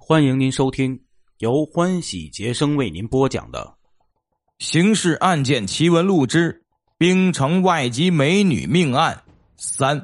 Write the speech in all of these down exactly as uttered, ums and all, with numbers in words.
欢迎您收听由欢喜杰生为您播讲的《 刑事案件奇闻录之冰城外籍美女命案三》。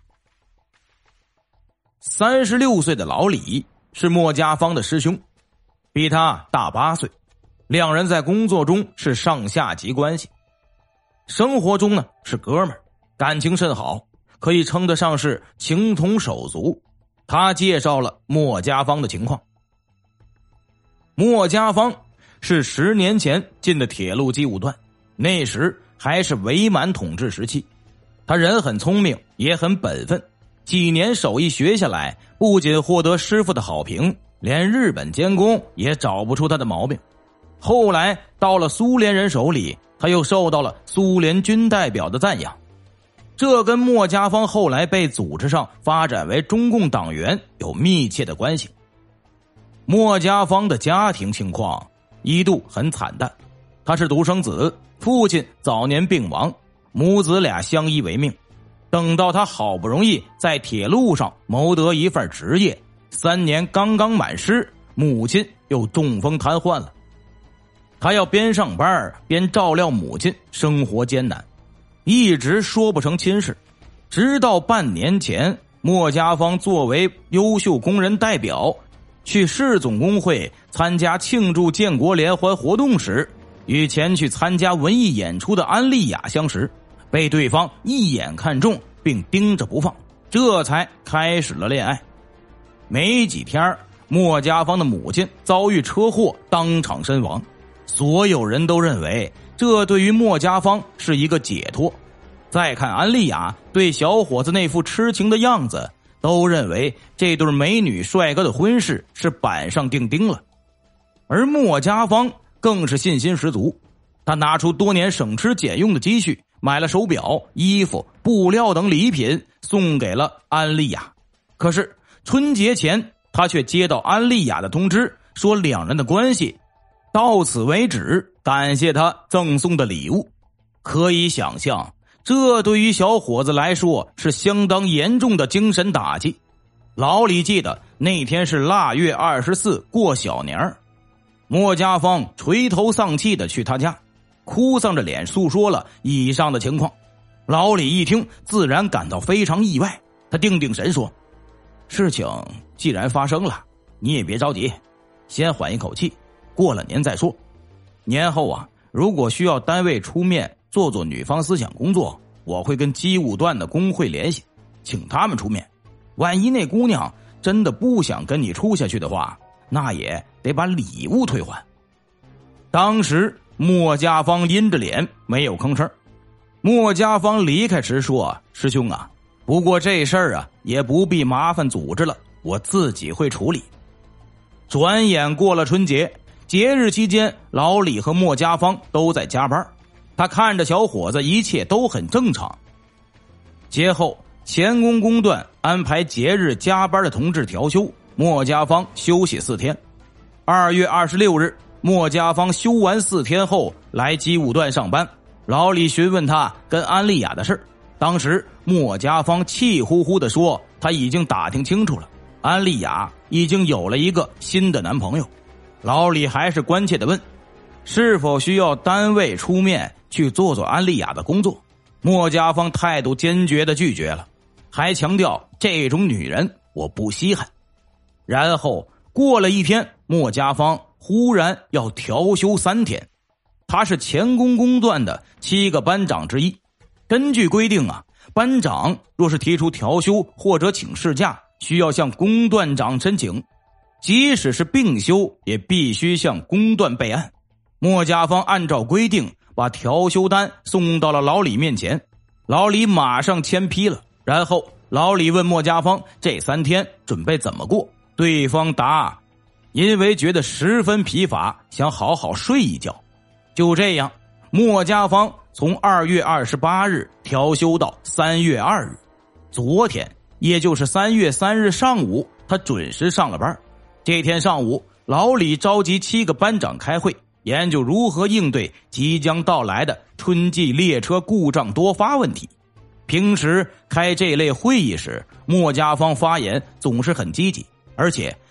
三十六岁的老李是莫家芳的师兄，比他大八岁，两人在工作中是上下级关系，生活中呢是哥们儿，感情甚好，可以称得上是情同手足。他介绍了莫家芳的情况。莫家芳是十年前进的铁路机务段，那时还是伪满统治时期。他人很聪明，也很本分，几年手艺学下来，不仅获得师傅的好评，连日本监工也找不出他的毛病。后来到了苏联人手里，他又受到了苏联军代表的赞扬，这跟莫家芳后来被组织上发展为中共党员有密切的关系。莫家芳的家庭情况一度很惨淡，他是独生子，父亲早年病亡，母子俩相依为命。等到他好不容易在铁路上谋得一份职业，三年刚刚满师，母亲又中风瘫痪了。他要边上班边照料母亲，生活艰难，一直说不成亲事。直到半年前，莫家芳作为优秀工人代表去市总工会参加庆祝建国联欢活动时，与前去参加文艺演出的安丽雅相识，被对方一眼看中并盯着不放，这才开始了恋爱。没几天，莫家芳的母亲遭遇车祸，当场身亡。所有人都认为这对于莫家芳是一个解脱。再看安丽雅对小伙子那副痴情的样子，都认为这对美女帅哥的婚事是板上钉钉了。而莫家芳更是信心十足，他拿出多年省吃俭用的积蓄，买了手表、衣服、布料等礼品送给了安丽雅。可是春节前，他却接到安丽雅的通知，说两人的关系到此为止，感谢他赠送的礼物。可以想象，这对于小伙子来说是相当严重的精神打击。老李记得那天是腊月二十四过小年，莫家芳垂头丧气的去他家，哭丧着脸诉说了以上的情况。老李一听自然感到非常意外，他定定神说，事情既然发生了，你也别着急，先缓一口气，过了年再说。年后啊，如果需要单位出面做做女方思想工作，我会跟机务段的工会联系，请他们出面。万一那姑娘真的不想跟你处下去的话，那也得把礼物退还。当时莫家芳阴着脸没有吭声。莫家芳离开时说，师兄啊，不过这事儿啊也不必麻烦组织了，我自己会处理。转眼过了春节，节日期间老李和莫家芳都在加班，他看着小伙子一切都很正常。节后前工工段安排节日加班的同志调休，莫家芳休息四天。二月二十六日，莫家芳休完四天后来机务段上班，老李询问他跟安丽雅的事，当时莫家芳气呼呼地说他已经打听清楚了，安丽雅已经有了一个新的男朋友。老李还是关切地问，是否需要单位出面去做做安丽雅的工作？莫家芳态度坚决地拒绝了，还强调这种女人我不稀罕。然后过了一天，莫家芳忽然要调休三天。他是前工工段的七个班长之一，根据规定啊，班长若是提出调休或者请事假，需要向工段长申请，即使是病休也必须向工段备案。莫家芳按照规定把调休单送到了老李面前，老李马上签批了。然后老李问莫家芳这三天准备怎么过，对方答，因为觉得十分疲乏，想好好睡一觉。就这样，莫家芳从二月二十八日调休到三月二日。昨天，也就是三月三日上午，他准时上了班。这天上午，老李召集七个班长开会，研究如何应对即将到来的春季列车故障多发问题。平时开这类会议时，莫家芳发言总是很积极，而且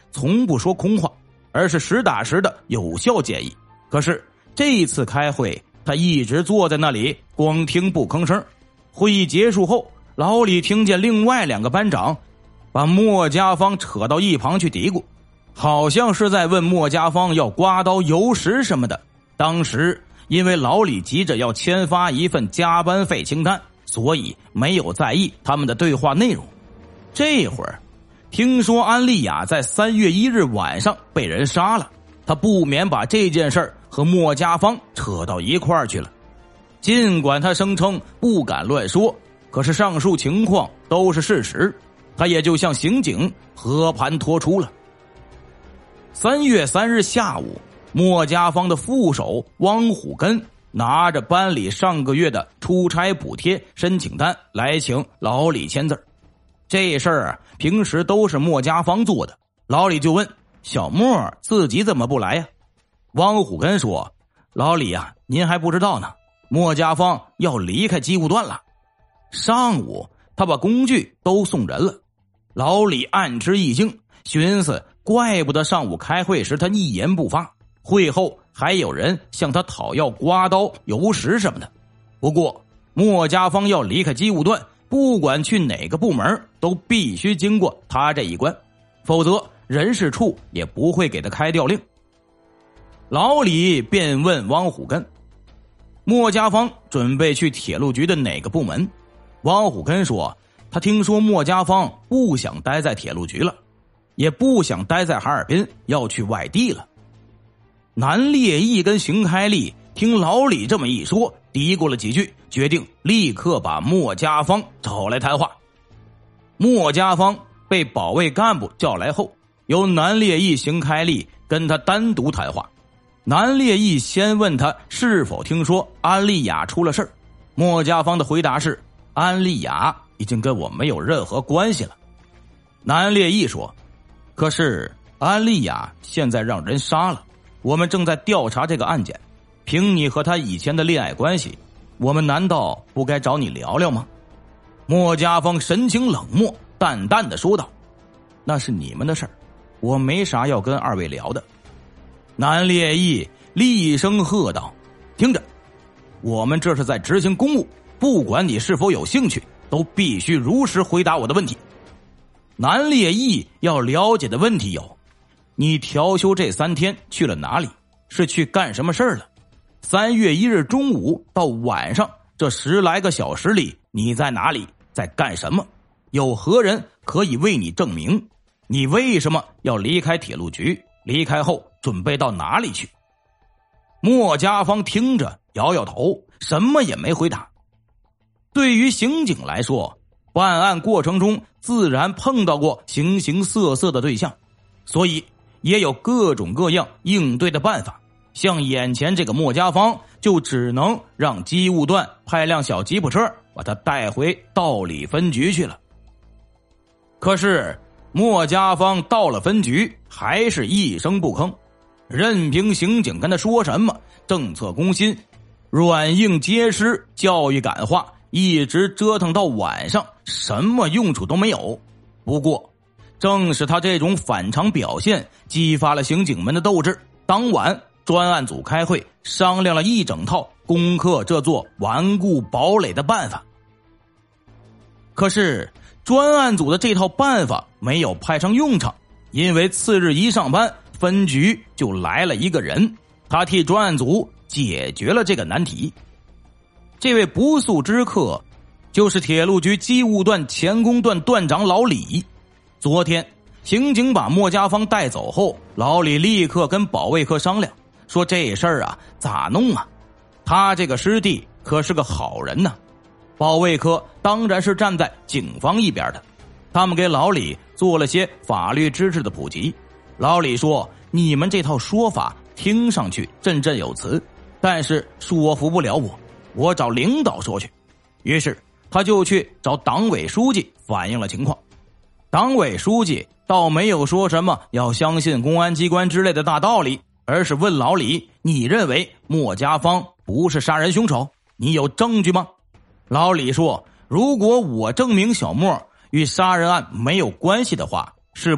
从不说空话，而是实打实的有效建议。可是这一次开会，他一直坐在那里光听不吭声。会议结束后，老李听见另外两个班长把莫家芳扯到一旁去嘀咕，好像是在问莫家芳要刮刀油食什么的。当时因为老李急着要签发一份加班费清单，所以没有在意他们的对话内容。这会儿听说安丽雅在三月一日晚上被人杀了，他不免把这件事儿和莫家芳扯到一块儿去了。尽管他声称不敢乱说，可是上述情况都是事实，他也就向刑警和盘托出了。三月三日下午，莫家芳的副手汪虎根拿着班里上个月的出差补贴申请单来请老李签字。这事儿啊，平时都是莫家芳做的。老李就问小莫自己怎么不来呀？汪虎根说，老李啊，您还不知道呢，莫家芳要离开机务段了。上午他把工具都送人了。老李暗吃一惊，寻思怪不得上午开会时他一言不发，会后还有人向他讨要刮刀油食什么的。不过莫家芳要离开机务段，不管去哪个部门都必须经过他这一关，否则人事处也不会给他开调令。老李便问汪虎根，莫家芳准备去铁路局的哪个部门？汪虎根说，他听说莫家芳不想待在铁路局了，也不想待在哈尔滨，要去外地了。南烈义跟邢开利听老李这么一说，嘀咕了几句，决定立刻把莫家芳找来谈话。莫家芳被保卫干部叫来后，由南烈义、邢开利跟他单独谈话。南烈义先问他是否听说安丽雅出了事儿，莫家芳的回答是，安丽雅已经跟我没有任何关系了。南烈义说，可是安丽雅现在让人杀了，我们正在调查这个案件，凭你和他以前的恋爱关系，我们难道不该找你聊聊吗？莫家芳神情冷漠，淡淡的说道，那是你们的事儿，我没啥要跟二位聊的。南烈义厉声喝道，听着，我们这是在执行公务，不管你是否有兴趣，都必须如实回答我的问题。南烈义要了解的问题有，你调休这三天去了哪里？是去干什么事儿了？三月一日中午到晚上这十来个小时里，你在哪里，在干什么？有何人可以为你证明？你为什么要离开铁路局？离开后准备到哪里去？莫家芳听着摇摇头，什么也没回答。对于刑警来说，办案过程中自然碰到过形形色色的对象，所以也有各种各样应对的办法。像眼前这个莫家芳，就只能让机务段派辆小吉普车把他带回道里分局去了。可是莫家芳到了分局，还是一声不吭，任凭刑警跟他说什么政策攻心、软硬皆施、教育感化，一直折腾到晚上，什么用处都没有。不过正是他这种反常表现，激发了刑警们的斗志。当晚专案组开会，商量了一整套攻克这座顽固堡垒的办法。可是专案组的这套办法没有派上用场，因为次日一上班，分局就来了一个人，他替专案组解决了这个难题。这位不速之客就是铁路局机务段前工段段长老李。昨天刑警把莫家芳带走后，老李立刻跟保卫科商量，说这事儿啊咋弄啊？他这个师弟可是个好人呢。保卫科当然是站在警方一边的，他们给老李做了些法律知识的普及。老李说，你们这套说法听上去振振有词，但是说服不了我，我找领导说去。于是他就去找党委书记反映了情况。党委书记倒没有说什么要相信公安机关之类的大道理，而是问老李，你认为莫家芳不是杀人凶手？你有证据吗？老李说，如果我证明小莫与杀人案没有关系的话，是不是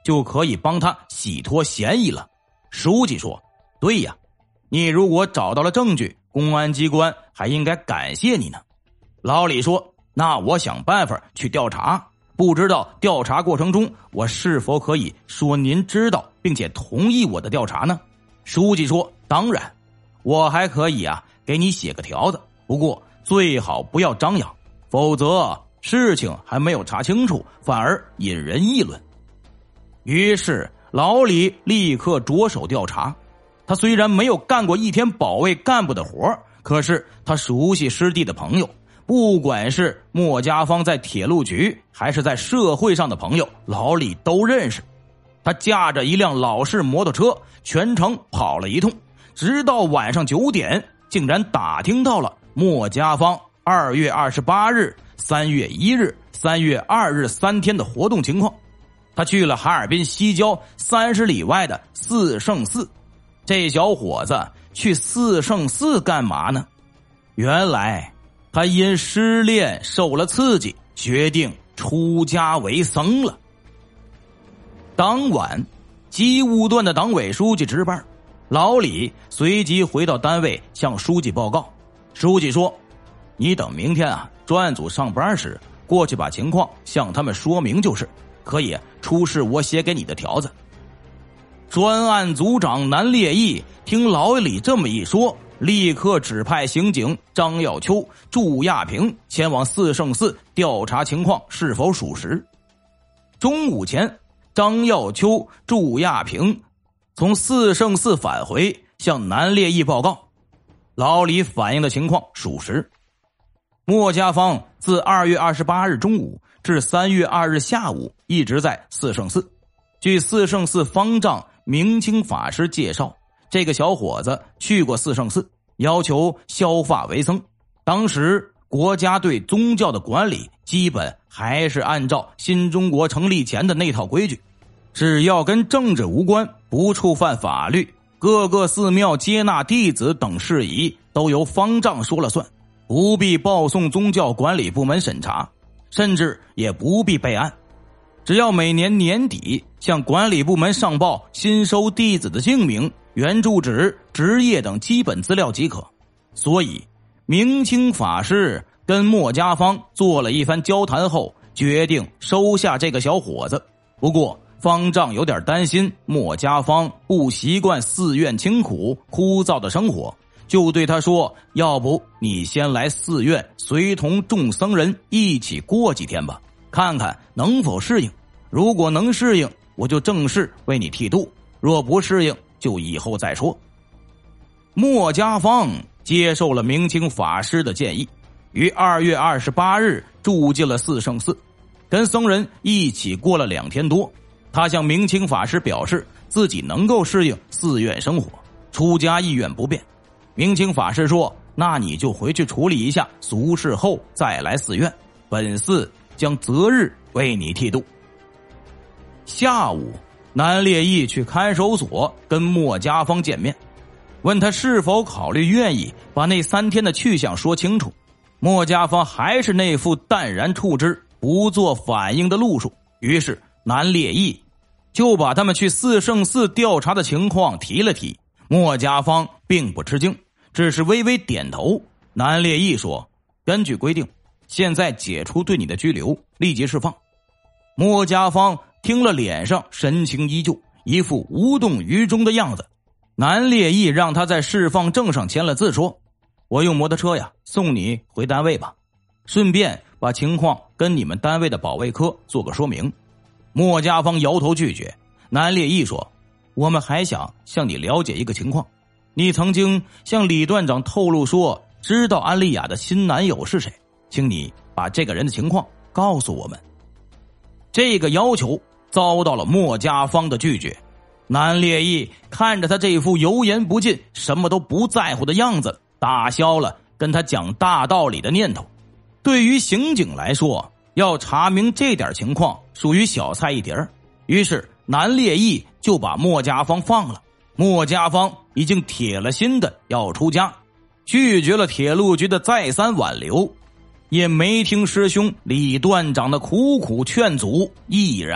就可以帮他洗脱嫌疑了。书记说，对呀，你如果找到了证据，公安机关还应该感谢你呢。老李说，那我想办法去调查，不知道调查过程中我是否可以说您知道并且同意我的调查呢？书记说，当然，我还可以啊给你写个条子，不过最好不要张扬，否则事情还没有查清楚，反而引人议论。于是老李立刻着手调查。他虽然没有干过一天保卫干部的活，可是他熟悉师弟的朋友，不管是莫家芳在铁路局还是在社会上的朋友，老李都认识。他驾着一辆老式摩托车全程跑了一通，直到晚上九点，竟然打听到了莫家芳二月二十八日、三月一日、三月二日三天的活动情况。他去了哈尔滨西郊三十里外的四圣寺。这小伙子去四圣寺干嘛呢？原来他因失恋受了刺激，决定出家为僧了。当晚，机务段的党委书记值班，老李随即回到单位向书记报告。书记说，你等明天啊专案组上班时过去把情况向他们说明就是，可以出示我写给你的条子。专案组长南烈义听老李这么一说，立刻指派刑警张耀秋、祝亚平前往四圣寺调查情况是否属实。中午前，张耀秋、祝亚平从四圣寺返回，向南烈义报告，老李反映的情况属实。莫家芳自二月二十八日中午至三月二日下午一直在四圣寺。据四圣寺方丈明清法师介绍，这个小伙子去过四圣寺，要求削发为僧。当时国家对宗教的管理基本还是按照新中国成立前的那套规矩，只要跟政治无关，不触犯法律，各个寺庙接纳弟子等事宜都由方丈说了算，不必报送宗教管理部门审查，甚至也不必备案。只要每年年底向管理部门上报新收弟子的姓名、原住址、职业等基本资料即可。所以明清法师跟莫家芳做了一番交谈后，决定收下这个小伙子。不过方丈有点担心莫家芳不习惯寺院清苦枯燥的生活，就对他说，要不你先来寺院随同众僧人一起过几天吧，看看能否适应，如果能适应，我就正式为你剃度，若不适应，就以后再说。莫家芳接受了明清法师的建议，于二月二十八日住进了四圣寺，跟僧人一起过了两天多。他向明清法师表示自己能够适应寺院生活，出家意愿不变。明清法师说，那你就回去处理一下俗事后再来寺院，本寺将择日为你剃度。下午，南烈义去看守所跟莫家芳见面，问他是否考虑愿意把那三天的去向说清楚。莫家芳还是那副淡然处之、不做反应的路数，于是南烈义就把他们去四圣寺调查的情况提了提。莫家芳并不吃惊，只是微微点头。南烈义说，根据规定，现在解除对你的拘留，立即释放。莫家芳听了，脸上神情依旧，一副无动于衷的样子。南烈义让他在释放证上签了字，说，我用摩托车呀送你回单位吧，顺便把情况跟你们单位的保卫科做个说明。莫家芳摇头拒绝。南烈义说，我们还想向你了解一个情况，你曾经向李段长透露说知道安丽雅的新男友是谁，请你把这个人的情况告诉我们。这个要求遭到了莫家芳的拒绝。南烈义看着他这副油盐不进、什么都不在乎的样子，打消了跟他讲大道理的念头。对于刑警来说，要查明这点情况属于小菜一碟儿，于是南烈义就把莫家芳放了。莫家芳已经铁了心的要出家，拒绝了铁路局的再三挽留，也没听师兄李段长的苦苦劝阻，毅然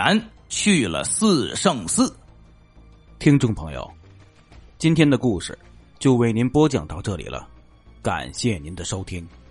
去了四圣寺。 听众朋友，今天的故事就为您播讲到这里了，感谢您的收听。